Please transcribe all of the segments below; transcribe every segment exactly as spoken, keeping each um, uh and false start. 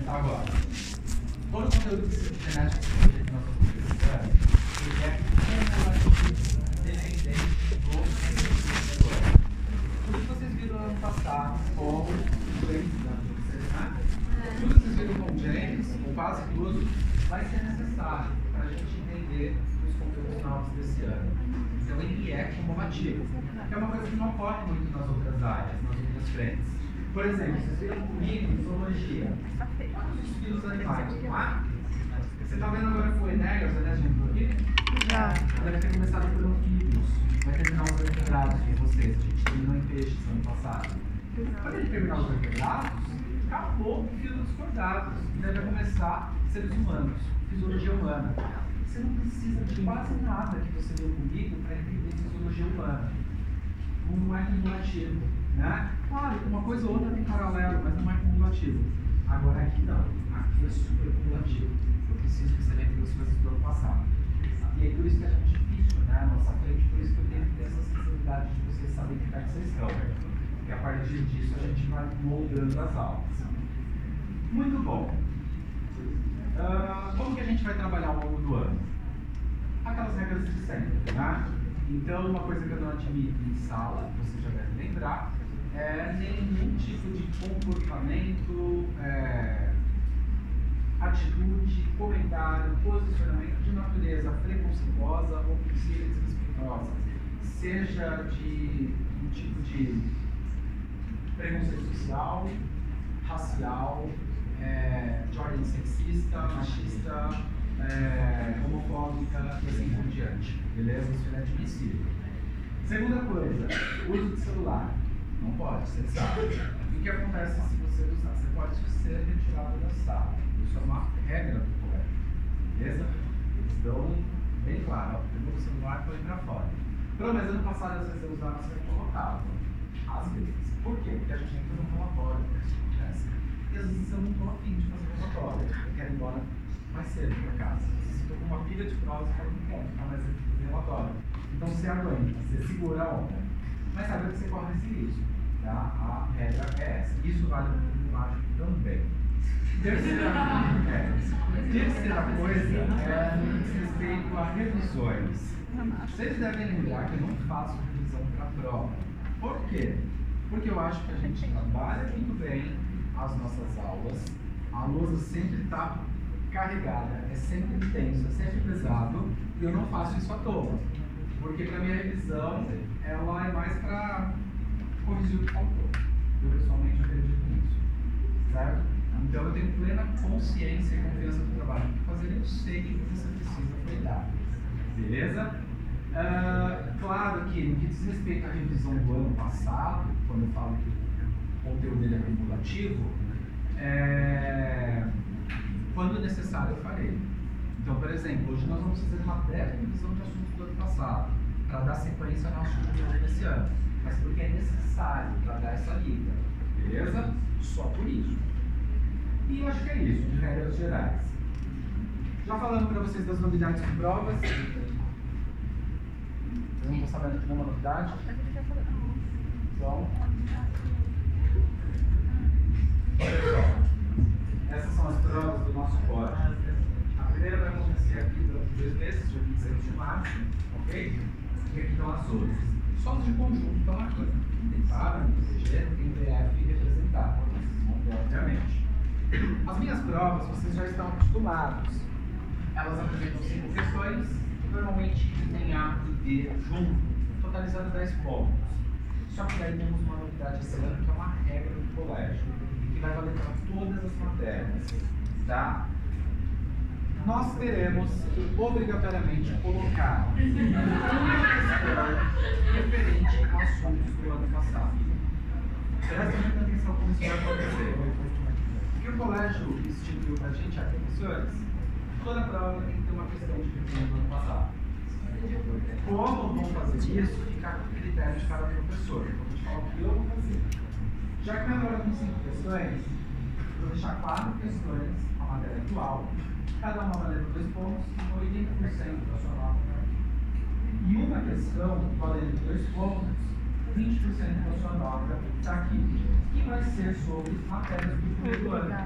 Agora, todo o conteúdo genético que nós estamos utilizando, ele é cumulativo, dependente do receptor. Tudo que vocês viram no ano passado, ou genes, né? Tudo que vocês viram com genes, ou quase tudo, vai ser necessário para a gente entender os conteúdos novos desse ano. Então ele é cumulativo, que é uma coisa que não ocorre muito nas outras áreas, nas outras frentes. Por exemplo, vocês viram comigo em zoologia, quantos filhos animais, não há? Você está vendo agora com o Enéas, o Enéas de aqui? Já. Deve ter começado por anfíbios, vai terminar os vertebrados de vocês, a gente terminou em peixes no ano passado. Quando ele terminar os vertebrados, acabou o fio dos cordados, e deve começar seres humanos, fisiologia humana. Você não precisa de quase nada que você viu comigo para entender fisiologia humana. Não é cumulativo, né? Claro, uma coisa ou outra tem paralelo, mas não é cumulativo. Agora aqui não, aqui é super cumulativo. Eu preciso que você lembre das coisas do ano passado. E aí por isso que é tão difícil, né? A nossa frente, por isso que eu tenho que ter essa sensibilidade de vocês saberem que vocês estão. Porque a partir disso a gente vai moldando as aulas. Muito bom. Uh, como que a gente vai trabalhar ao longo do ano? Aquelas regras de sempre, né? Então, uma coisa que eu não admito em sala, você já deve lembrar, é nenhum tipo de comportamento, é, atitude, comentário, posicionamento de natureza preconceituosa, ofensiva e desrespeitosa. Seja de um tipo de preconceito social, racial, é, de ordem sexista, machista, é, homofóbica e assim por diante. Beleza? Isso é admissível. Segunda coisa, uso de celular. Não pode, você sabe. O que acontece se você usar? Você pode ser retirado da sala. Isso é uma regra do colégio. Beleza? Eles dão bem claro, ó, pegou o celular e foi pra fora. Pelo menos ano passado, às vezes eu usava, você colocava. Às vezes. Por quê? Porque a gente entra num relatório, né? Isso acontece. E às vezes eu não estou afim de fazer relatório. Eu quero ir embora mais cedo para casa. Se estou com uma pilha de provas, eu não quero ficar mais aqui fazer relatório. Então você aguenta, você segura a onda. Mas sabe que você corre esse risco. Tá? A regra é essa. Isso vale para o mágico também. Terceira, é, terceira coisa é no que diz respeito a revisões. Vocês devem lembrar que eu não faço revisão para prova. Por quê? Porque eu acho que a gente trabalha muito bem as nossas aulas, a lousa sempre está carregada, é sempre intenso, é sempre pesado, e eu não faço isso à toa. Porque para minha revisão, ela é mais para corrigir o que faltou. Eu pessoalmente acredito nisso. Certo? Então eu tenho plena consciência e confiança do trabalho que fazer, eu sei que você precisa cuidar. Beleza? Uh, claro que no que diz respeito à revisão do ano passado, quando eu falo que o conteúdo dele é cumulativo, é... quando necessário eu farei. Então, por exemplo, hoje nós vamos fazer uma breve revisão de assuntos do ano passado, para dar sequência ao nosso conteúdo desse ano, mas porque é necessário para dar essa liga, beleza? Só por isso. E eu acho que é isso, de regras gerais. Já falando para vocês das novidades de provas, eu não estou sabendo de nenhuma novidade. Então, olha só, essas são as provas do nosso código. A primeira vai acontecer aqui durante dois meses, dia vinte e sete de março, ok? E aqui estão as outras. Só os de conjunto estão aqui. Tem para, tem P G, tem P F representado, obviamente. As minhas provas, vocês já estão acostumados. Elas apresentam cinco questões, normalmente tem A e B junto, totalizando dez pontos. Só que daí temos uma novidade esse ano, que é uma regra do colégio, que vai valer para todas as matérias, tá? Nós teremos que obrigatoriamente colocar uma questão referente a assuntos do ano passado. Presta muita atenção como isso vai acontecer. O que o colégio instituiu para a gente é, professores, toda prova tem que ter uma questão de revisão do ano passado. Como vão fazer isso, fica a critério de cada professor. Eu vou te falar o que eu vou fazer. Já que agora tem cinco questões, vou deixar quatro questões, a matéria atual, cada uma valendo dois pontos, oitenta por cento da sua nota. E uma questão valendo dois pontos, vinte por cento da sua nota está aqui. Que vai ser sobre matérias do primeiro ano.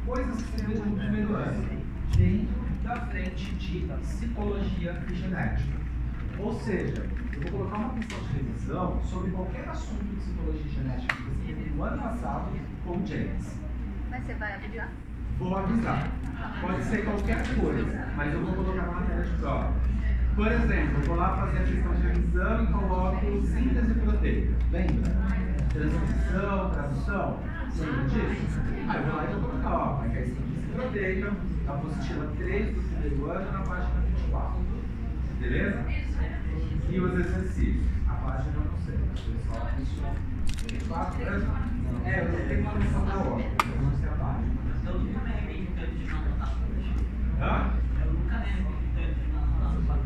Coisas que você vê no primeiro ano, dentro da frente de citologia e genética. Ou seja, eu vou colocar uma questão de revisão sobre qualquer assunto de citologia e genética que você teve no ano passado com o James. Mas você vai avisar? Vou avisar. Pode ser qualquer coisa, mas eu vou colocar na matéria de prova. Por exemplo, eu vou lá fazer a questão de revisão e coloco síntese proteica. Lembra? Transcrição, tradução. Lembra disso? Aí eu vou lá e vou colocar, ó, vai cair síntese proteica, a apostila três do primeiro ano, na página vinte e quatro. Beleza? E os exercícios. A página eu não sei, eu só isso. vinte e quatro, é, eu tenho uma noção da hora, eu não sei a página. Eu nunca me arrependi tanto de não anotar. Hã? Eu nunca me arrependi tanto de não anotar.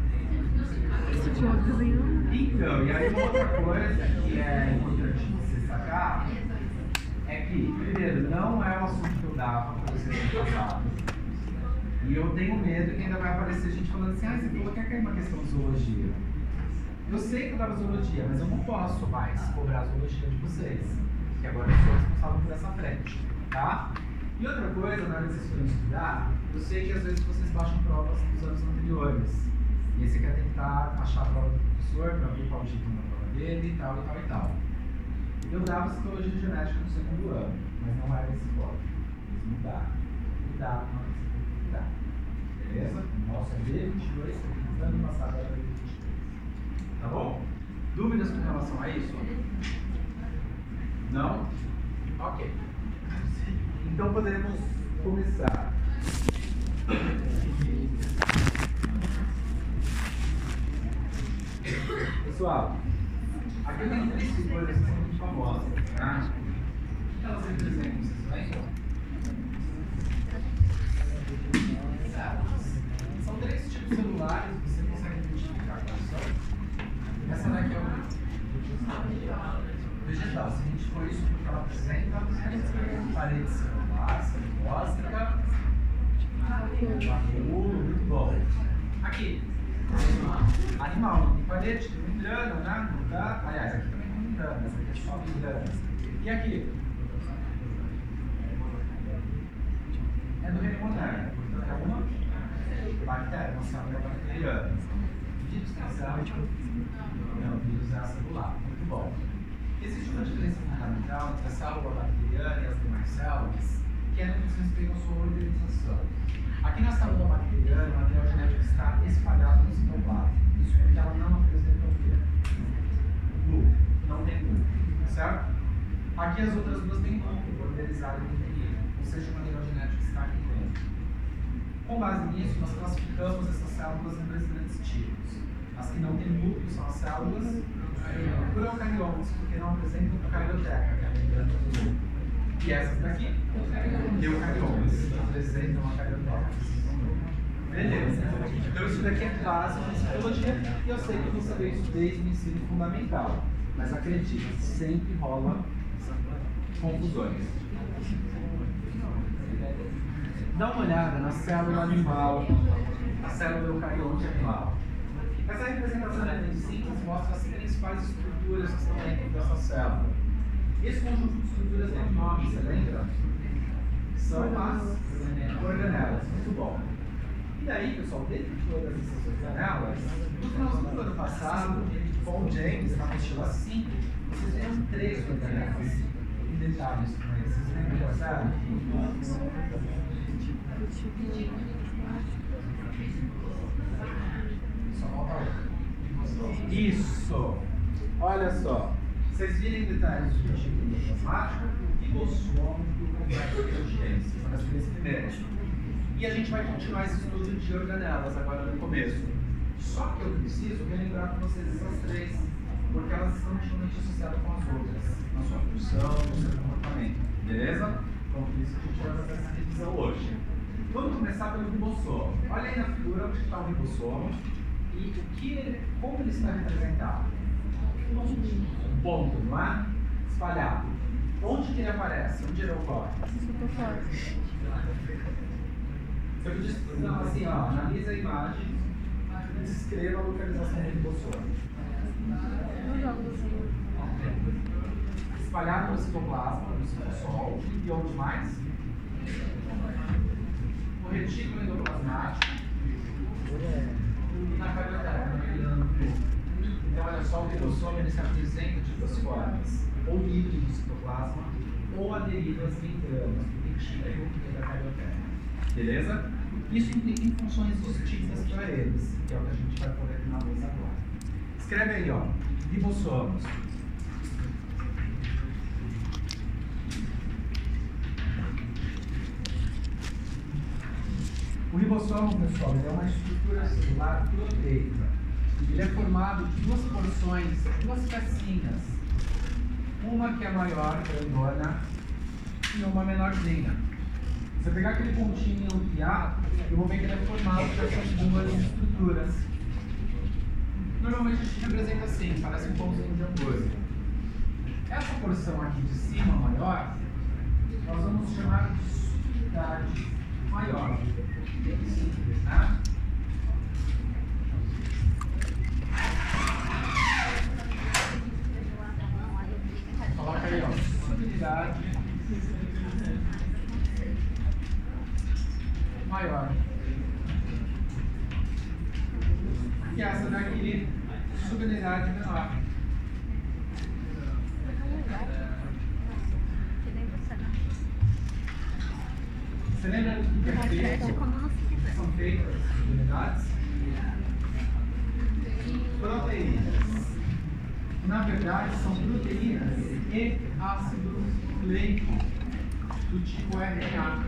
Então, e aí uma outra coisa que é importante você destacar é que, primeiro, não é o assunto que eu dava para vocês no passado. E eu tenho medo que ainda vai aparecer gente falando assim, ah, você falou que é uma questão de zoologia. Eu sei que eu dava zoologia, mas eu não posso mais cobrar a zoologia de vocês. Que agora eu sou responsável por essa frente, tá? E outra coisa, na hora que vocês forem estudar, eu sei que às vezes vocês baixam provas dos anos anteriores. E aí você quer tentar achar a prova do professor para ver qual o jeito da prova dele e tal, e tal, e tal. Eu dava citologia e genética no segundo ano, mas não era esse código. Eles mudaram. Cuidado na hora que você tem que cuidar. Beleza? O nosso é B vinte e dois, no ano passado era B vinte e três. Tá bom? Dúvidas com relação a isso? Não? Ok. Então podemos começar. Pessoal, aqui tem três figuras que são muito famosas, né? O que elas representam? Vocês lembram? São três tipos celulares, você consegue identificar quais são. Essa daqui é o vegetal. Se a gente for isso, porque ela apresenta parede celular, celulósica, acúmulo, muito bom. Aqui. Animal, não tem parede, tem membrana, né? Não dá. Aliás, aqui também tem membrana, essa aqui é só membrana. E aqui? É do reino moderno, portanto é uma bactéria, uma célula bacteriana. Vírus é célula? Não, vírus é celular. Muito bom. Existe uma diferença fundamental entre a célula bacteriana e as demais células, que é no que diz respeito à sua organização. Aqui na célula bacteriana, o material genético está espalhado no citoplasma. Isso é que ela não apresenta o quê? Núcleo. Não tem núcleo. Certo? Aqui as outras duas têm núcleo, organizado no interior. Ou seja, o material genético está aqui dentro. Com base nisso, nós classificamos essas células em dois grandes tipos. As que não têm núcleo são as células procariotas, porque não apresentam carioteca, que é a membrana do núcleo. E essas daqui, eucariotas, que apresentam a carioteca. Beleza. Então isso daqui é básico de citologia e eu sei que você vê isso desde o ensino fundamental. Mas acredite, sempre rola confusões. Dá uma olhada na célula animal, a célula eucariote animal. Essa representação da síntese mostra as principais estruturas que estão dentro dessa célula. Esse conjunto de estruturas tem nome, você lembra? São as organelas. Muito bom. E daí, pessoal, dentro de todas essas organelas, no finalzinho do ano passado, com o James, na apostila cinco, vocês viram três organelas. Em detalhes com eles. Vocês lembram quais eram? Só falta outra. Isso! Olha só. Vocês viram em detalhes do tipo plasmático, o ribossoma e o complexo heterogênese. São as três primeiras. E a gente vai continuar esse estudo de organelas agora no começo. Só que eu preciso relembrar com vocês essas três, porque elas estão intimamente associadas com as outras, na sua função, no seu comportamento. Beleza? Então, por isso a gente vai fazer essa revisão hoje. Vamos começar pelo ribossoma. Olha aí na figura onde está o ribossoma e o que ele, como ele está representado. Um ponto, não é? Espalhado. Onde que ele aparece? Onde ele ocorre? Você podia explicar assim, ó, analisa a imagem e descreva a localização do ribossoma. Espalhado no citoplasma, no citosol, e onde mais? no retículo endoplasmático e na carioteca. Então, olha só, o ribossoma ele se apresenta de duas formas: ou líquido do citoplasma, ou aderido às membranas, do retículo e da carioteca. Beleza? Isso implica em funções distintas para eles, que é o que a gente vai poder aqui na mesa agora. Escreve aí, ó, ribossomos. O ribossomo, pessoal, ele é uma estrutura celular proteica. Ele é formado de duas porções, duas pecinhas. Uma que é maior, grandona, e uma menorzinha. Se você pegar aquele pontinho e ampliar, eu vou ver que ele é formado dessas duas estruturas. Normalmente a gente representa assim, parece um pãozinho de hambúrguer. Essa porção aqui de cima, maior, nós vamos chamar de subunidade maior. Bem simples, né? Coloca aí, ó, subunidade maior. E essa daqui, subunidade menor. Você lembra do que é feito? São feitas unidades? Proteínas. Na verdade, são proteínas e ácido nucleico do tipo R N A.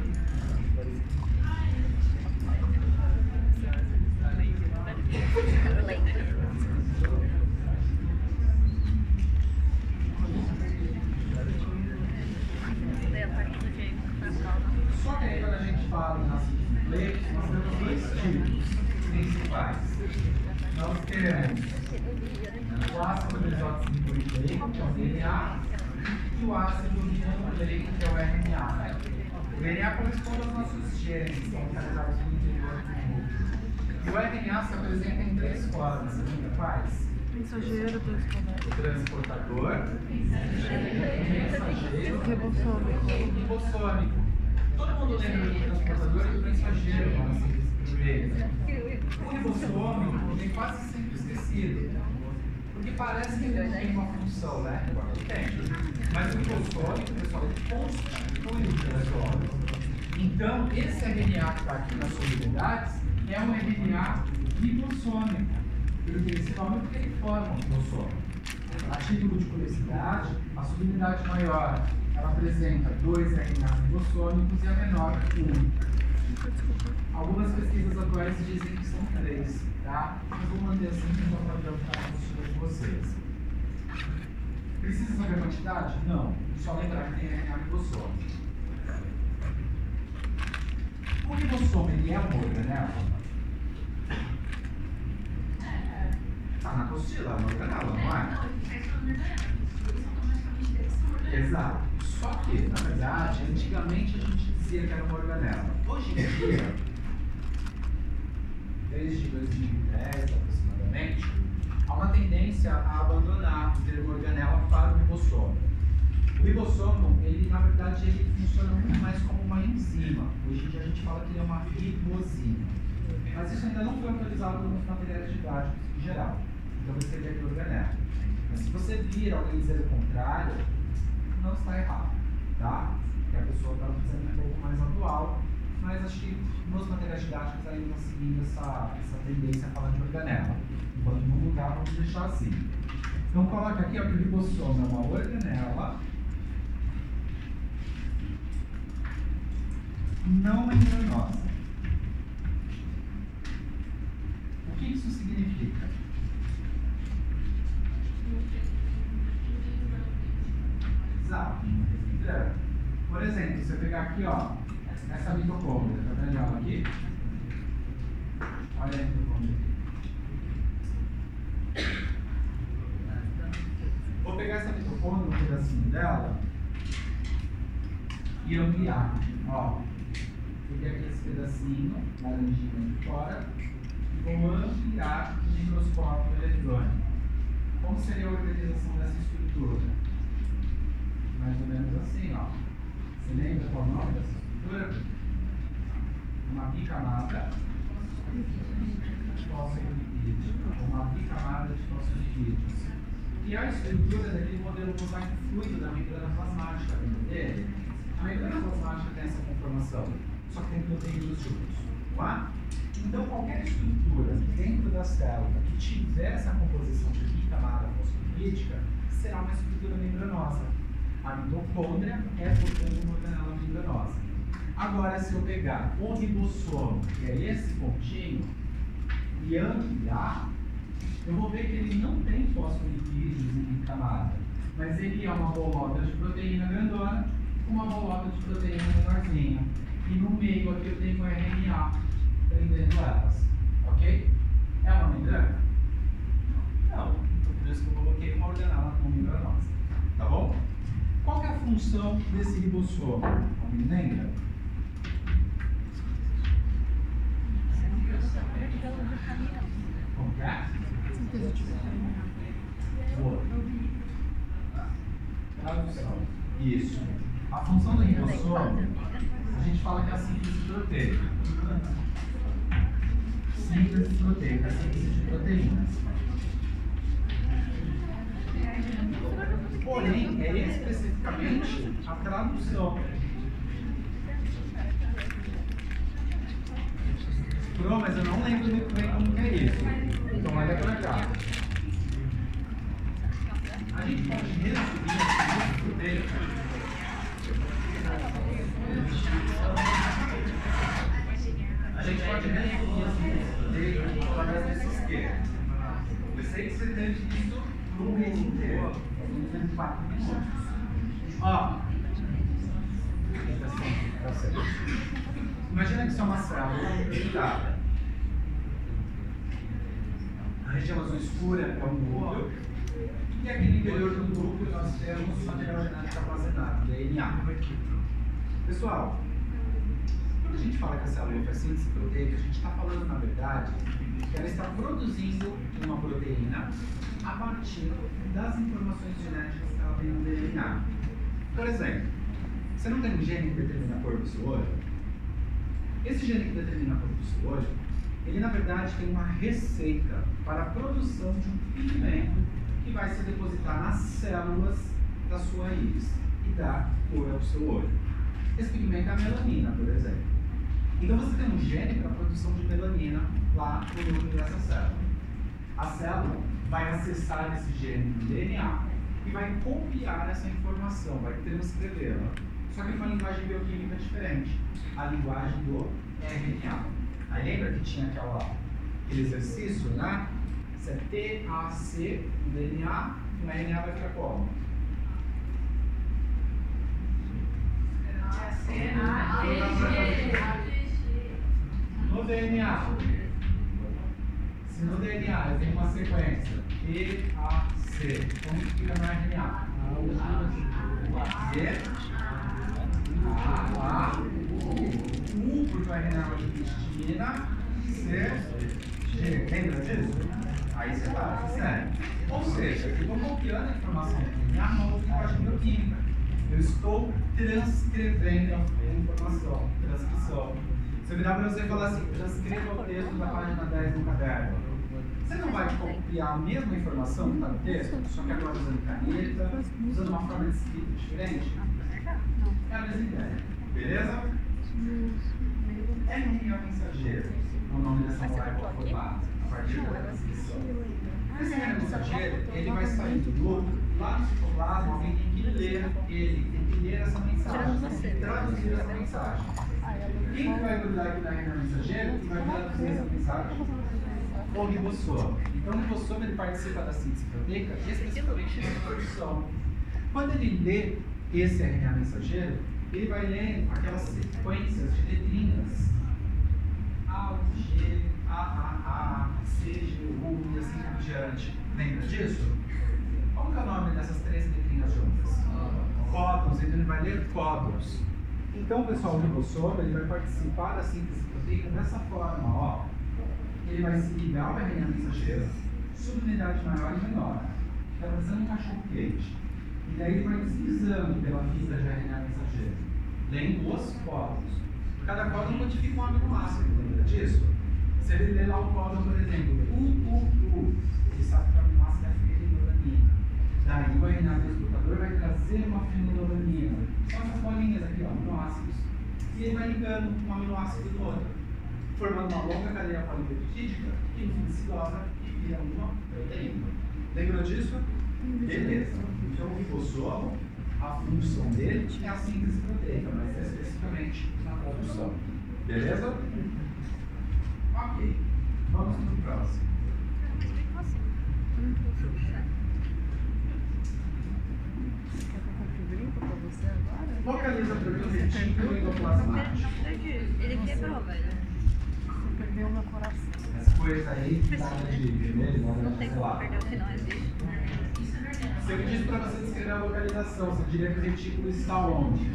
Só que aí, quando a gente fala em ácidos nucleicos, nós temos dois tipos principais. Nós temos o ácido desoxinucleico, que é o D N A, e o ácido ribonucleico, que é o R N A. O D N A corresponde aos nossos genes, que são localizados no interior do núcleo. E o R N A se apresenta em três formas. Você lembra quais? Mensageiro, transportador. Transportador, mensageiro, Ribossômico. e ribossômico. Todo mundo lembra do transportador e do mensageiro, como assim, primeiro. O ribossômico ele é quase sempre esquecido, porque parece que ele não tem uma função, né? Agora ele tem. Mas o ribossômico, pessoal, ele constitui o ribossômico. Então, esse R N A que está aqui nas subunidades é um R N A ribossômico. Ele tem esse nome porque ele forma um ribossômico. A título de curiosidade, a subunidade maior ela apresenta dois R N As ribossômicos e a menor um. Algumas pesquisas atuais dizem que são três, tá? Eu vou manter assim para não adiantar a postura de vocês. Precisa saber a quantidade? Não. Só lembrar que tem R N A ribossômico. O ribossomo ele é uma organela? Está na apostila, é uma organela, não é? Exato. Só que, na verdade, antigamente a gente dizia que era uma organela. Hoje em dia, desde dois mil e dez aproximadamente, há uma tendência a abandonar o termo organela para o ribossomo. O ribossomo, ele, na verdade, ele funciona muito mais como uma enzima. Hoje em dia a gente fala que ele é uma ribosina. Mas isso ainda não foi autorizado nos materiais didáticos em geral. Então eu escrevi aqui organela. Mas se você vir alguém dizer o contrário, não está errado, tá? Porque a pessoa está dizendo um pouco mais atual, mas acho que nos materiais didáticos ainda estão seguindo essa, essa tendência a falar de organela. Enquanto não mudar, vamos deixar assim. Então coloca aqui ó, que o ribossomo é uma organela não membranosa. O que isso significa? Exato. Por exemplo, se você pegar aqui, ó, essa mitocôndria, tá vendo ela aqui? Olha a mitocôndria aqui. Vou pegar essa mitocôndria, um pedacinho dela, e ampliar. Ó, peguei aqui esse pedacinho, laranjinha de fora, e vou ampliar o microscópio eletrônico. Como seria a organização dessa estrutura? Mais ou menos assim, ó. Você lembra qual é o nome dessa estrutura? uma bicamada fosfolipídico, uma bicamada de fosfolipídios. E a estrutura daquele modelo mosaico fluido da membrana plasmática dele. A membrana plasmática tem essa conformação, só que tem proteínas juntos, tá? Então, qualquer estrutura dentro da célula que tiver essa composição de bicamada fosfolipídica será uma estrutura membranosa. A mitocôndria é, portanto, uma organela membranosa. Agora, se eu pegar o ribossomo, que é esse pontinho, e ampliar, eu vou ver que ele não tem fosfolipídios em bicamada, mas ele é uma bolota de proteína grandona com uma bolota de proteína menorzinha. E no meio aqui eu tenho o R N A prendendo elas, ok? É uma membrana? Não. Então por isso que eu coloquei uma organela não membranosa, tá bom? Qual que é a função desse ribossomo? Alguém lembra? Como que é? Boa. Tradução. Isso. A função do ribossomo, a gente fala que é a síntese proteica. Síntese proteica, síntese de proteínas. Porém, é especificamente a tradução. Pro, mas eu não lembro muito bem como que é isso. Então olha pra cá. A gente pode resumir a síntese proteica. A gente pode resumir a síntese proteica através desse esquema. Eu sei que você teve isso no mês inteiro. Temos quatro minutos. Ó. Tá certo. Imagina que isso é uma célula limitada. A região azul escura é o núcleo. E aqui no interior do núcleo nós temos material genético armazenado, D N A. Pessoal, quando a gente fala que a célula faz síntese proteica, a gente está falando, na verdade, que ela está produzindo uma proteína a partir das informações genéticas que ela tem no D N A. Por exemplo, você não tem um gene que determina a cor do seu olho? Esse gene que determina a cor do seu olho, ele na verdade tem uma receita para a produção de um pigmento que vai se depositar nas células da sua íris e dar cor ao seu olho. Esse pigmento é a melanina, por exemplo. Então você tem um gene para a produção de melanina lá no núcleo dessa célula. A célula vai acessar esse gene no D N A e vai copiar essa informação, vai transcrevê-la. Só que com uma linguagem bioquímica diferente, a linguagem do R N A. Aí lembra que tinha aquela, aquele exercício, né? Se é T A C no D N A, no R N A vai ficar como? No D N A, se no D N A eu tenho uma sequência T A C, como que fica no R N A? E A, U, porque o R N A é uma intestina, C, G. Lembra disso? Aí você tá, sério. Ou seja, eu estou copiando a informação do D N A numa linguagem bioquímica. Eu estou transcrevendo a informação, transcrição. Se eu virar para você e falar assim, transcreva o texto da página dez do caderno, você não vai copiar a mesma informação que está no texto, só que agora usando caneta, usando uma forma de escrita diferente? É a mesma ideia, beleza? R N A mensageiro é o nome dessa molécula formada a partir da transcrição. Esse R N A mensageiro, ele vai sair do núcleo, lá no citoplasma, alguém tem que ler ele, tem que ler essa mensagem, tem que traduzir essa mensagem. Quem que vai grudar aqui na R N A mensageiro e vai traduzir essa mensagem? O ribossomo. Então o ribossomo ele participa da síntese proteica, especificamente na produção. Quando ele lê esse R N A mensageiro, ele vai ler aquelas sequências de letrinhas A, U, G, A, A, A, C, G, U e assim por diante. Lembra disso? Qual que é o nome dessas três letrinhas juntas? Códons. Então ele vai ler códons. Então, pessoal, o ribossomo ele vai participar da síntese proteica dessa forma, ó. Ele vai se ligar ao R N A mensageiro, subunidade maior e menor, está parecendo um cachorro quente. E daí ele vai deslizando pela fita de R N A mensageiro, lendo os códons. Cada códon codifica um aminoácido, lembra disso? Se ele ler lá o códon, por exemplo, U, U, U, ele sabe que o aminoácido é fenilolanina. Daí o R N A do escutador vai trazer uma fenilolanina. São essas bolinhas aqui, ó, aminoácidos. E ele vai ligando um aminoácido no outro, formando uma longa cadeia polipeptídica que no fim se dobra e vira uma proteína. Lembrou disso? Beleza. Então o ribossomo, a função dele é a síntese proteica, mas é especificamente na tradução. Beleza? Ok. Vamos para o próximo. Localiza para mim o retículo endoplasmático. Ele quebrou, velho. Você perdeu o meu coração. Essa coisa aí que nada de vermelho, nada Não de tem sei como lá. perder o que não existe. Se eu pedisse para você descrever a localização, você diria que o retículo está onde?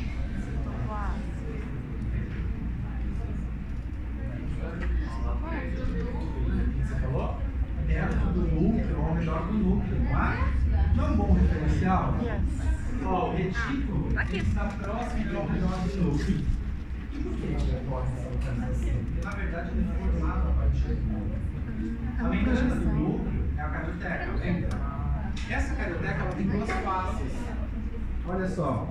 Você falou? Dentro do núcleo, ao redor do núcleo, não é? Não é um bom referencial? Ó, o retículo ele está próximo e ao redor do núcleo. E por que ele pode essa localização? Porque na verdade ele é formado a partir do núcleo. A membrana do núcleo é a carioteca, lembra? Essa carioteca ela tem duas faces. Olha só.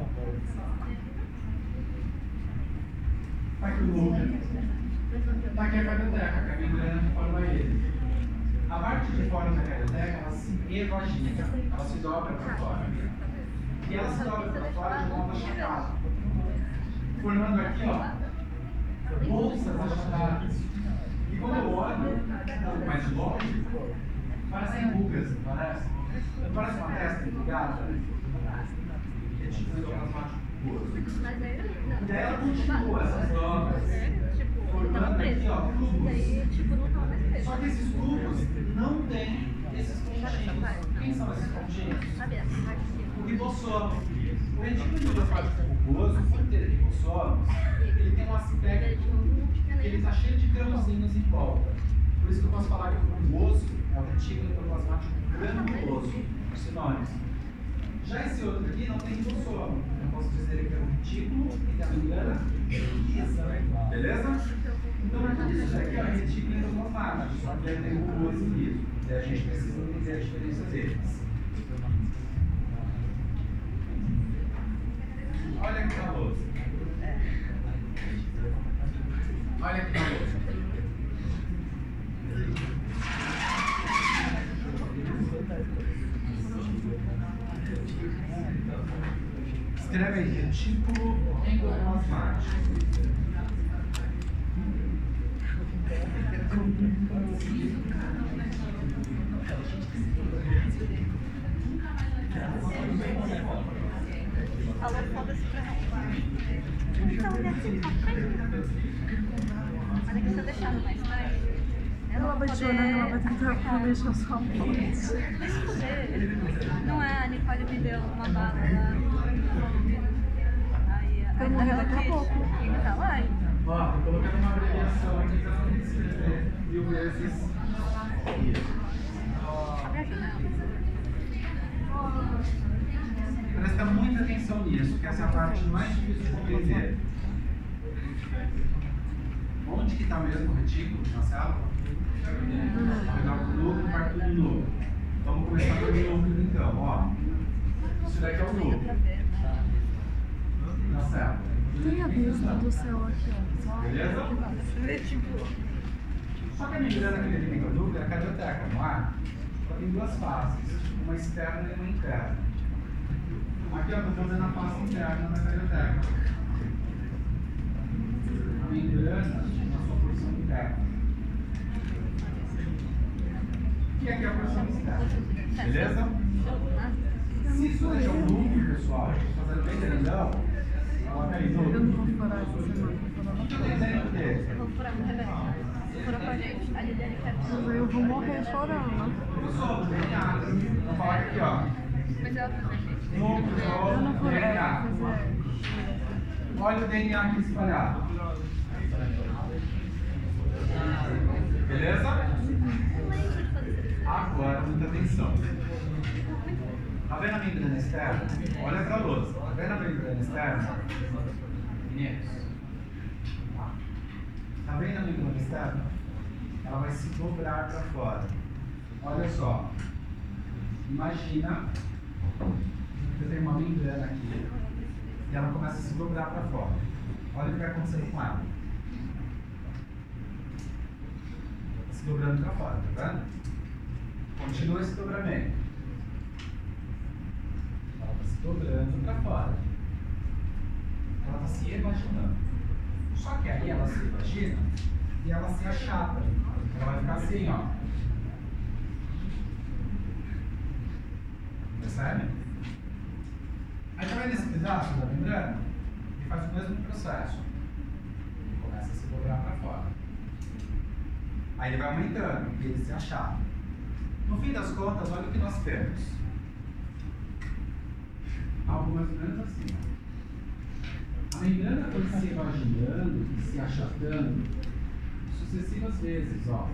Tá aqui o núcleo. Tá aqui a carioteca, que é a membrana que forma ele. A parte de fora da carioteca ela se evagina, ela se dobra para fora. E ela se dobra para fora de modo achatado, formando aqui, ó, bolsas achatadas. E quando eu olho um pouco mais de longe, parecem rugas, não parece? Não parece uma testa ligada? Retículo endoplasmático rugoso. E daí ela continua essas dobras, formando aqui, ó, tubos. Só que esses tubos não têm esses pontinhos. Quem são esses pontinhos? O ribossomo. O retículo endoplasmático rugoso, por ter ribossomos, ele tem um aspecto que ele está cheio de grãozinhos em volta. Por isso que eu posso falar que o rugoso é o retículo endoplasmático granuloso, os sinônimos. Já esse outro aqui não tem ribossomo. Eu posso dizer que é um retículo e que a membrana lisa. Beleza? Então, tudo isso aqui é retículo endoplasmático, só que ele tem rugoso e liso. E a gente precisa entender a diferença deles. Olha aqui na lousa. Olha aqui na lousa. Escreve aí, retículo endoplasmático. Falou, foda-se pra então, ele é assim, mas é que se eu deixar mais tarde, ela vai chorar, ela vai tentar comer sua ponte. Não é, a Nicole me deu uma bala lá. Aí, vai morrer daqui a pouco. Tá lá, ó, tô colocando uma abreviação aqui pra não escrever mil vezes isso. Presta muita atenção nisso, que essa é a parte mais difícil de compreender. Onde que está mesmo o retículo na célula? Ao redor do núcleo, perto do núcleo. Vamos começar pelo núcleo então, ó. Isso daqui é o núcleo. Na célula. Tem a vista do céu aqui, ó. Beleza? Só que a membrana que alimenta o núcleo é a carioteca, não é? Ela tem duas faces, uma externa e uma interna. Aqui eu estou fazendo a face interna da carioteca. A membrana na sua porção interna. E aqui é a porção externa. Beleza? Se isso deixar um núcleo, pessoal, fazendo bem grandão, coloca aí Eu não núcleo. vou furar essa semana, vou furar O na que eu tenho dizendo o quê? Eu vou furar no Rebeca. Fura com a gente. A Lidiane quer Mas aí eu vou morrer chorando. Eu sou do D N A. Vou falar aqui, ó. Mas ela também. Núcleo, Eu não vou D N A. fazer. Olha o D N A aqui espalhado. Beleza? Agora, muita atenção. Tá vendo a membrana externa? Olha pra lousa. Tá vendo a membrana externa? Meninos. Tá. externa? Ela vai se dobrar para fora. Olha só. Imagina que eu tenho uma membrana aqui e ela começa a se dobrar para fora. Olha o que vai acontecendo com ela. Está se dobrando para fora, tá vendo? Continua esse dobramento. Ela está se dobrando para fora. Ela está se imaginando. Só que aí ela se imagina e ela se achata. Ela vai ficar assim, ó. Percebe? Aí tá vendo esse pedaço da membrana? Ele faz o mesmo processo. Ele começa a se dobrar para fora. Aí ele vai aumentando e ele se achata. No fim das contas, olha o que nós temos. Algo mais ou menos assim. Ó. A membrana foi se evaginando e se achatando sucessivas vezes, ó.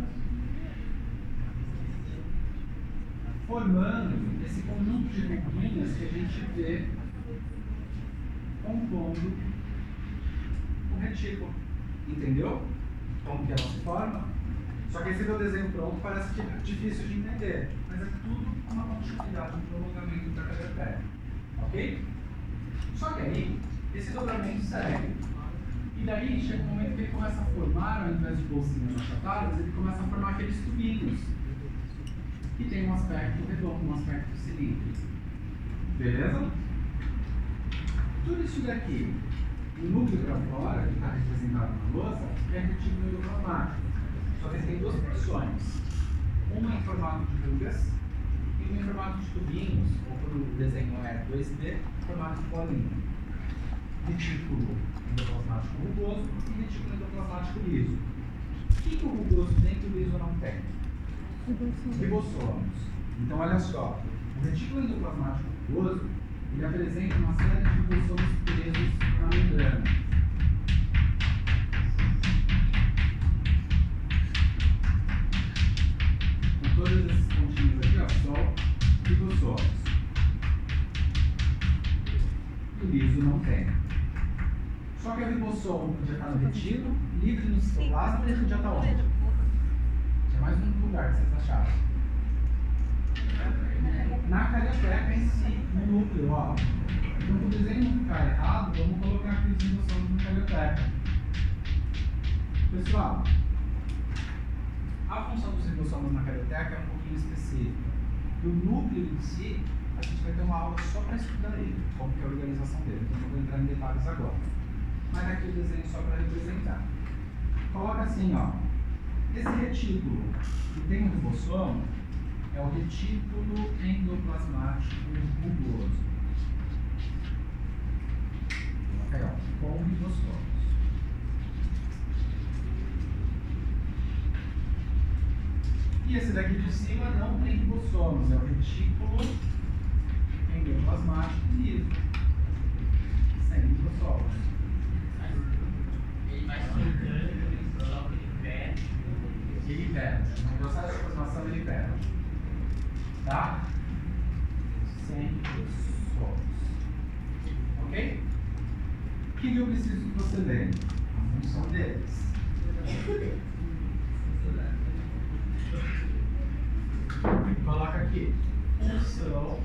Formando esse conjunto de ruguinhas que a gente vê compondo o retículo. Entendeu? Como que ela se forma? Só que esse meu desenho pronto parece que é difícil de entender, mas é tudo uma continuidade, um prolongamento da cadeia. Ok? Só que aí, esse dobramento segue. E daí chega um momento que ele começa a formar, ao invés de bolsinhas achatadas, ele começa a formar aqueles tubinhos. Que tem um aspecto redondo, um aspecto cilíndrico. Beleza? Tudo isso daqui, o núcleo para fora, que está representado na louça, é retículo endoplasmático. Só que tem duas porções. Uma em formato de rugas e uma em formato de tubinhos, ou quando o desenho é dois D, formato de bolinha. Retículo endoplasmático rugoso e retículo endoplasmático liso. O que, que o rugoso tem que o liso não tem? Ribossomos. Então, olha só, o retículo endoplasmático rugoso, ele apresenta uma série de ribossomos presos na membrana. Com todos esses pontinhos aqui, ó, são ribossomos. O liso não tem. Só que o ribossomo podia estar no retículo, livre no citoplasma, ele podia estar onde? Tinha mais um lugar que vocês acharam. Na carioteca em si, no núcleo, ó. Então, para o desenho não ficar errado, vamos colocar aqui os ribossomos na carioteca. Pessoal, a função dos ribossomos na carioteca é um pouquinho específica. E o núcleo em si, a gente vai ter uma aula só para estudar ele, como que é a organização dele. Então, não vou entrar em detalhes agora. Mas aqui o desenho só para representar. Coloca assim, ó. Esse retículo que tem um ribossomo é o retículo endoplasmático rugoso. Coloca aí, ó, com ribossomos. E esse daqui de cima não tem ribossomos, é o retículo endoplasmático liso. Sem ribossomos. Ele vai se engano, só que ele perde. Ele perde. No processo de formação ele perde. Tá? Sem ribossomos. Ok? O que eu preciso que você lembre? A função deles. Coloca aqui. Função.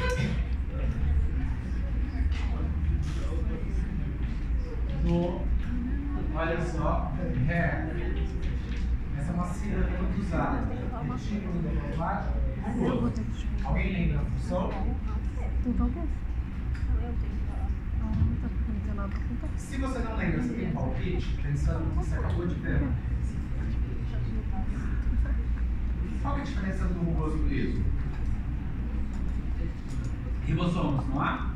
Do. Olha só. Ré. Essa é uma sílaba muito usada. Retículo endoplasmático. Alguém lembra a função? Então o quê? Ah, tá, porque não tem nada pra contar. Se você não lembra, você tem palpite, pensando no que você acabou de ver. Qual é a diferença do rugoso do liso? Ribossomos, não há?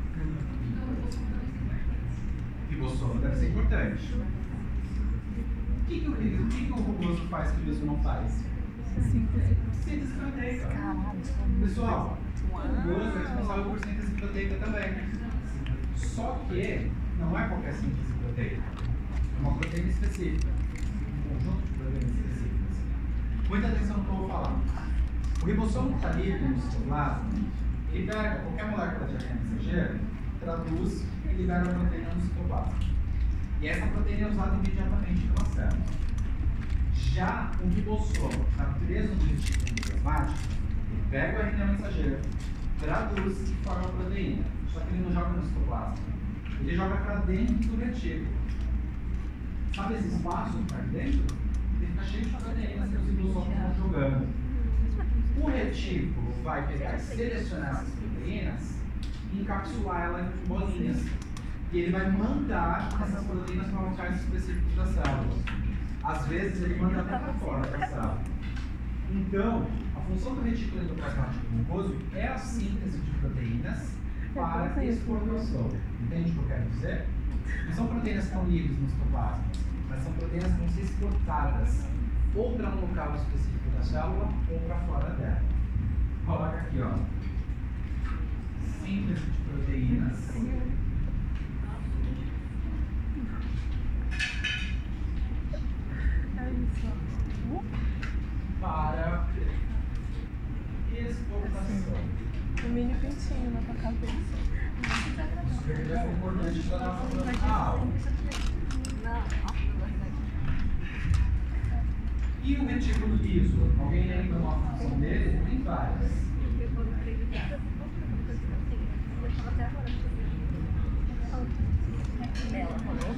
Ribossomo deve ser importante. O que, que, o, o, que, que o rugoso faz que o liso não faz? Síntese. Síntese proteica. Caralho. Pessoal, o rugoso é responsável por síntese proteica também. Só que não é qualquer síntese proteica. É uma proteína específica. Um conjunto de proteínas específicas. Muita atenção no que eu vou falar. O ribossomo que está livre no citoplasma, ele pega qualquer molécula de R N A mensageiro, traduz e libera a proteína no citoplasma. E essa proteína é usada imediatamente pela célula. Já o ribossomo, na natureza do retículo endoplasmático, ele pega o R N A mensageiro, traduz e forma a proteína. Só que ele não joga no citoplasma. Ele joga para dentro do retículo. Sabe esse espaço que está aqui dentro? Ele fica cheio de proteínas que os ribossomos estão jogando. O retículo vai pegar e selecionar essas proteínas e encapsular elas em bolinhas. E ele vai mandar essas proteínas para locais específicos da célula. Às vezes ele manda até para fora da célula. Então, a função do retículo endoplasmático mucoso é a síntese de proteínas para exportação. Entende o que eu quero dizer? Não são proteínas que estão livres no citoplasma, mas são proteínas que vão ser exportadas ou para um local específico da célula ou para fora dela. Coloca aqui, ó. Síntese de proteínas. Para exportação. Um mini pintinho na tua cabeça. Isso é importante para a nossa aula. E o retículo liso? Alguém lembra uma função dele? Tem várias. Ela falou?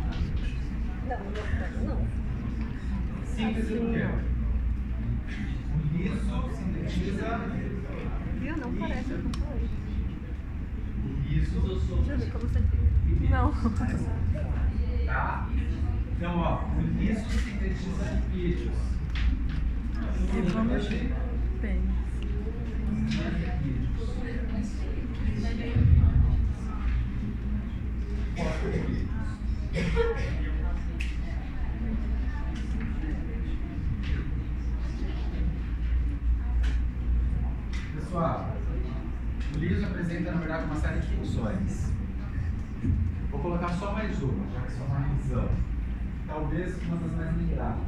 Não, não. Síntese do quê? O liso sintetiza. Viu? Não parece, eu não falei. O liso. Deixa eu ver como você lipídios. Não. Tá? Então, ó, o liso sintetiza lipídios. E vamos bem. Pessoal, o liso apresenta, na verdade, uma série de funções. Vou colocar só mais uma, já que só uma revisão. Talvez uma das mais lembradas.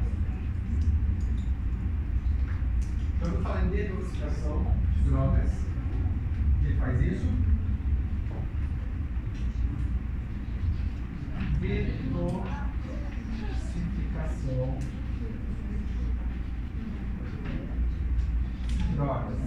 Então, eu falei de detoxificação de drogas. Ele faz isso. Detoxificação de drogas.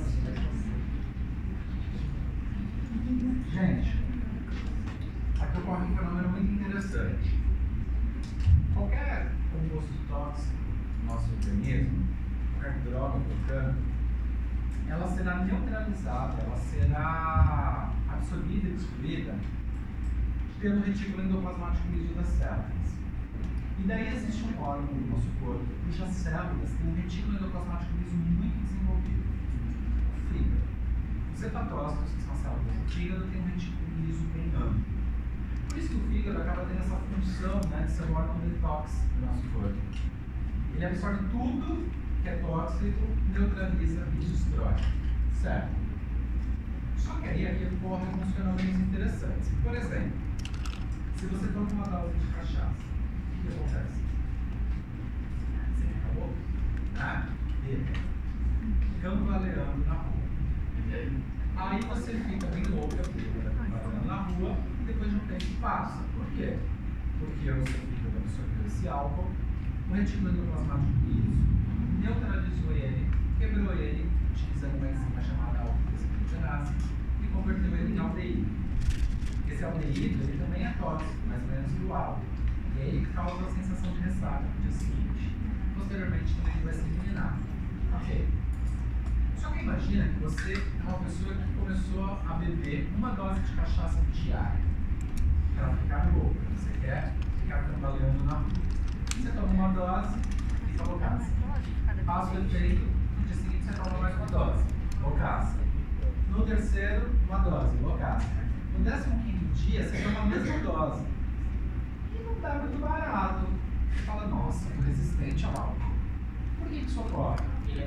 Gente, aqui ocorre um fenômeno muito interessante. Qualquer composto tóxico no nosso organismo, qualquer droga tocando, ela será neutralizada, ela será absorvida e destruída pelo retículo endoplasmático liso das células. E daí existe um órgão do nosso corpo cujas células têm um retículo endoplasmático liso muito desenvolvido. O fígado. Os hepatócitos, que são as células do fígado, têm um retículo liso bem amplo. Por isso que o fígado acaba tendo essa função, né, de ser um órgão detox do nosso corpo. Ele absorve tudo que é tóxico, neutraliza e destrói. Certo? Só que aí aqui ocorrem alguns fenômenos interessantes. Por exemplo, se você toma uma dose de cachaça, o que acontece? Você fica louco, né? Cambaleando na rua. Aí você fica bem louco, cambaleando na rua, e depois de um tempo passa. Por quê? Porque o seu fígado absorveu esse álcool, o retículo endoplasmático liso neutralizou ele, quebrou ele, utilizando uma enzima chamada alfa-desinhidrogenase, e converteu ele em aldeído. Esse aldeído ele também é tóxico, mais ou menos que o álcool. E aí ele causa a sensação de ressaca no dia seguinte. Posteriormente também ele vai ser eliminado. Ok. Só que imagina que você é uma pessoa que começou a beber uma dose de cachaça diária. Para ficar louca. Você quer ficar cambaleando na rua. Você toma uma dose e fica loucaça. Passa o efeito, no dia seguinte você toma mais uma dose. Loucaça. No terceiro, uma dose. Loucaça. No décimo quinto dia, você toma a mesma dose. E não dá muito barato. Você fala, nossa, estou resistente ao álcool. Por que isso ocorre?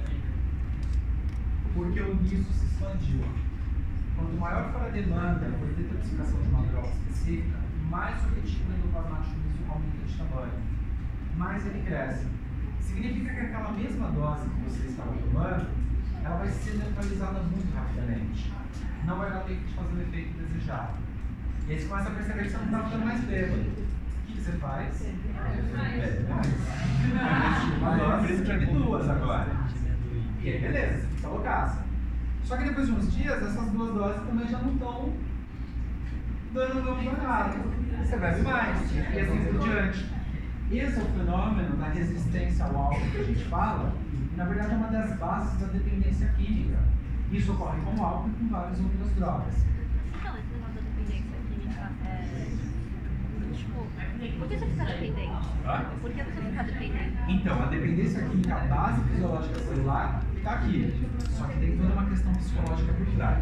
Porque o liso se expandiu. Quanto maior for a demanda por detoxificação de uma droga específica, mais o retículo endoplasmático liso aumenta de tamanho. Mais ele cresce. Significa que aquela mesma dose que você estava tomando, ela vai ser neutralizada muito rapidamente. Não vai dar tempo de fazer o efeito desejado. E aí você começa a perceber que você não está ficando mais bêbado. O que você faz? Bebe mais. Uma dose teve duas agora. E aí, beleza, você fixa a loucaça. Só que depois de uns dias, essas duas doses também já não estão dando vamos danado. Você bebe mais, e assim por diante. Esse é o fenômeno da resistência ao álcool que a gente fala, e na verdade é uma das bases da dependência química. Isso ocorre com o álcool e com várias outras drogas. Então, esse negócio da dependência química é. Tipo, por que você fica dependente? Ah? Por que você fica dependente? Então, a dependência química base fisiológica celular está aqui. Só que tem toda uma questão psicológica por trás.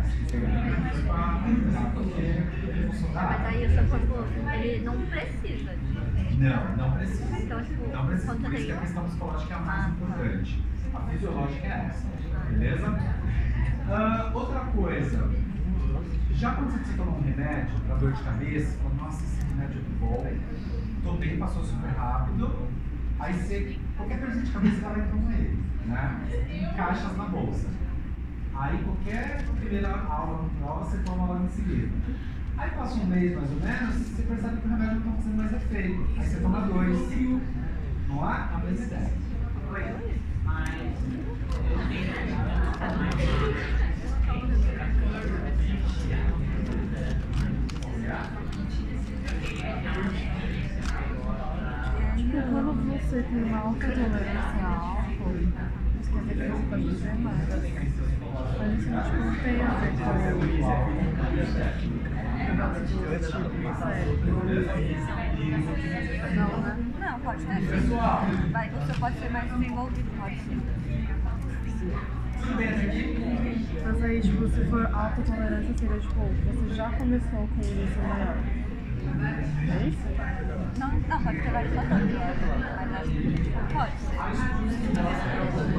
Mas aí o seu corpo, ele não precisa disso. Não, não precisa. Então, tipo, Não precisa, quando por você isso que tem- a questão psicológica é a mais Ah, importante. A fisiológica é essa, beleza? Ah, outra coisa, já quando você toma um remédio para dor de cabeça, fala, nossa, esse remédio é bom, tô bem, passou super rápido, aí você, qualquer dorzinha de cabeça, você vai lá e toma ele, né? Em caixas na bolsa. Aí qualquer primeira aula no prova, você toma logo em seguida. Aí passa um mês mais ou menos, você percebe que o remédio não está fazendo mais efeito. Aí você toma dois. Não há? A mesma ideia. Tipo, quando você tem uma alta tolerância a álcool, isso quer dizer que você pode beber mais. Mas isso tipo, não tem a ver com não, né? Não, pode ter. Pessoal, Vai, o seu pode ser mais desenvolvido, pode ser. tudo bem até aqui? Mas aí, tipo, se for alta tolerância, seria tipo, você já começou com isso maior. É isso? Não, não, pode ter vários fatores. Mas acho que tipo, pode ser.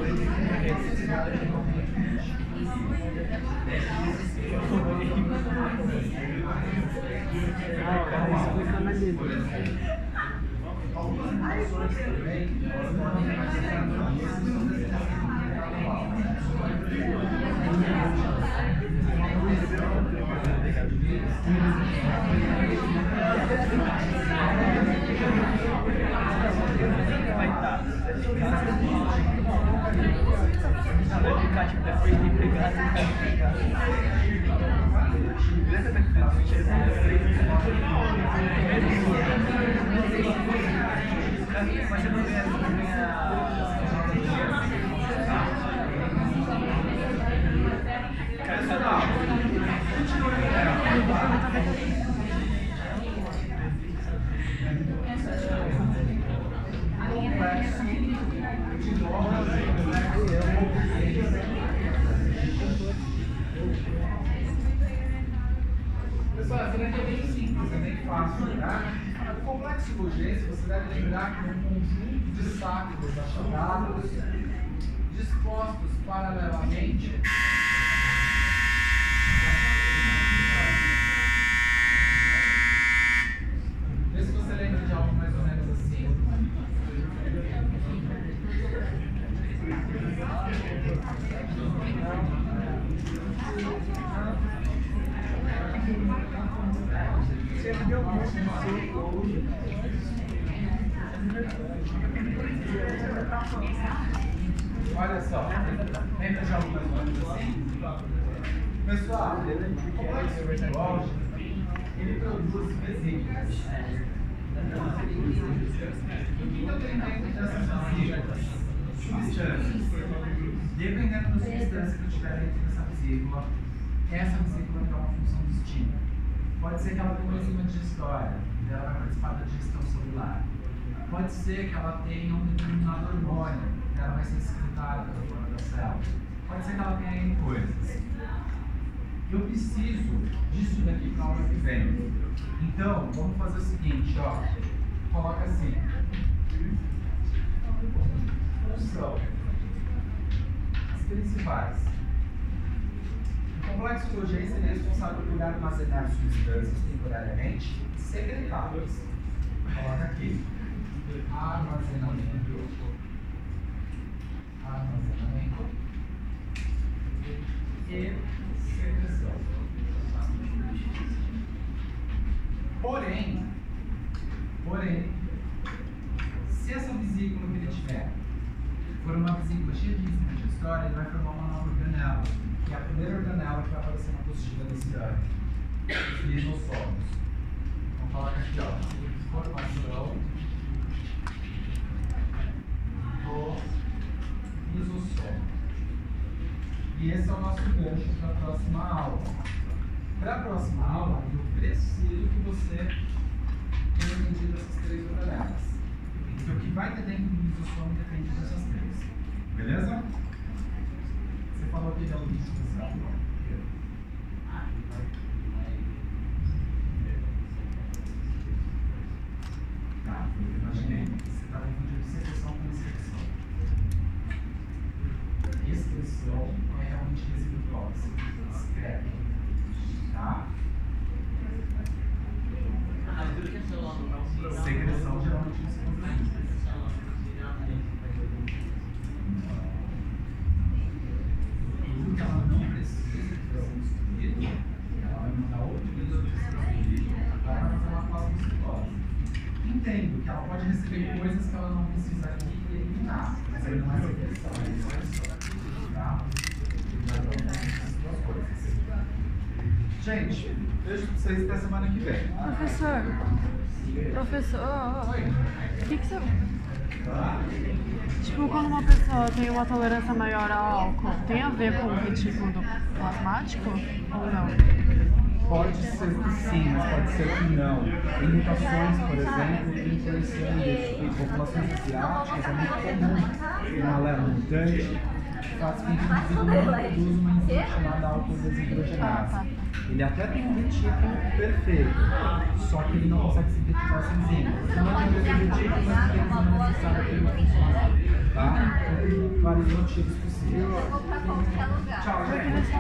Vai estar. Vai ficar tipo depois de pegar, mas você não ganha, não Pessoal, essa daqui é bem simples, é bem fácil, tá? O complexo de urgência, você deve lembrar que é um conjunto de sacos achatados, dispostos paralelamente. Vê se você lembra de algo mais ou menos assim. Olha só, lembra de algo mais ou menos assim? Pessoal, o complexo fisiológico, ele produz vesículas. O que eu tenho dentro dessas vesículas? Substâncias. Dependendo da substância que eu tiver dentro dessa vesícula, essa vesícula tem uma função distinta. Pode ser que ela tenha uma enzima digestória, e ela vai participar da digestão celular. Pode ser que ela tenha um determinado hormônio, e ela vai ser excretada pela flora da célula. Pode ser que ela tenha N coisas. Eu preciso disso daqui para a aula que vem. Então, vamos fazer o seguinte, ó. Coloca assim. Função. As principais. O complexo de urgência é responsável por armazenar substâncias temporariamente secretáveis. Coloca aqui. Armazenamento. Armazenamento. E secreção. Porém, porém, se essa vesícula que ele tiver for uma história, ele vai formar uma nova organela, que é a primeira organela que vai aparecer na apostila desse ano. Os lisossomos. Vamos falar aqui, ó. Formação do lisossomo. E esse é o nosso gancho para a próxima aula. Para a próxima aula, eu preciso que você tenha entendido essas três organelas. Porque o que vai ter dentro do lisossomo depende dessas três. Beleza? Você falou que ele é o bicho especial. Tá, eu imaginei. Você está confundindo secreção com excreção. Excreção é realmente residual, você excreta. Tá? Secreção geralmente não se confunde. Tudo que ela não precisa ser destruído, ela vai mandar outro líquido para fazer uma plasmocitose. Entendo que ela pode receber coisas que ela não precisa aqui e eliminar, mas aí não é secreção, é excreção. Tá? Gente, beijo pra vocês até semana que vem. Professor, professor, o que que você... Tipo, quando uma pessoa tem uma tolerância maior ao álcool, tem a ver com o retículo do plasmático ou não? Pode ser que sim, mas pode ser que não. Tem mutações, por exemplo, que influenciam isso. Em populações asiáticas é muito comum uma alelo mutante que faz com que o indivíduo não produza uma enzima chamada álcool desidrogenase. Ele até tem um retículo perfeito, só que ele não consegue sintetizar essa enzima. Então, não tem o retículo, mas tem a enzima necessária para ele funcionar. Tá? Então, tem vários motivos possíveis. Tchau, gente.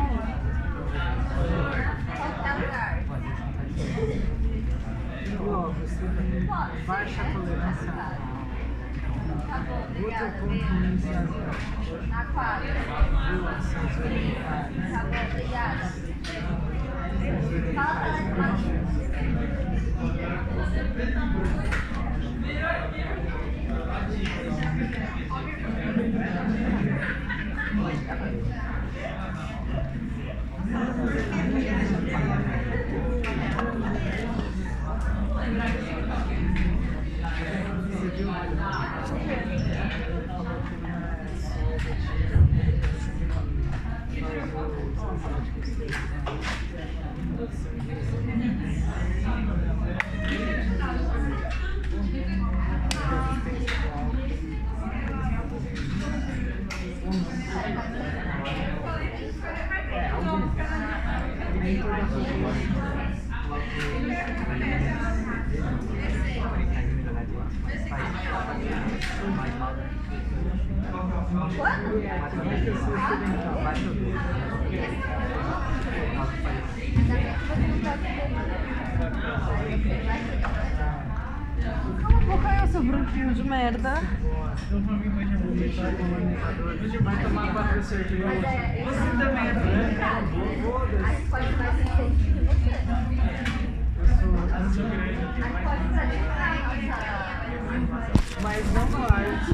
Baixa tolerância. Outra consciência. Na quadra. Tá bom, obrigada. Fala para ela mais. Cala a boca aí, seu branquinho de merda. Vai tomar quatro cervejas. Você também é branca. A gente pode mais resistente que você. Eu sou grande. A gente pode fazer mais. Mas não mais.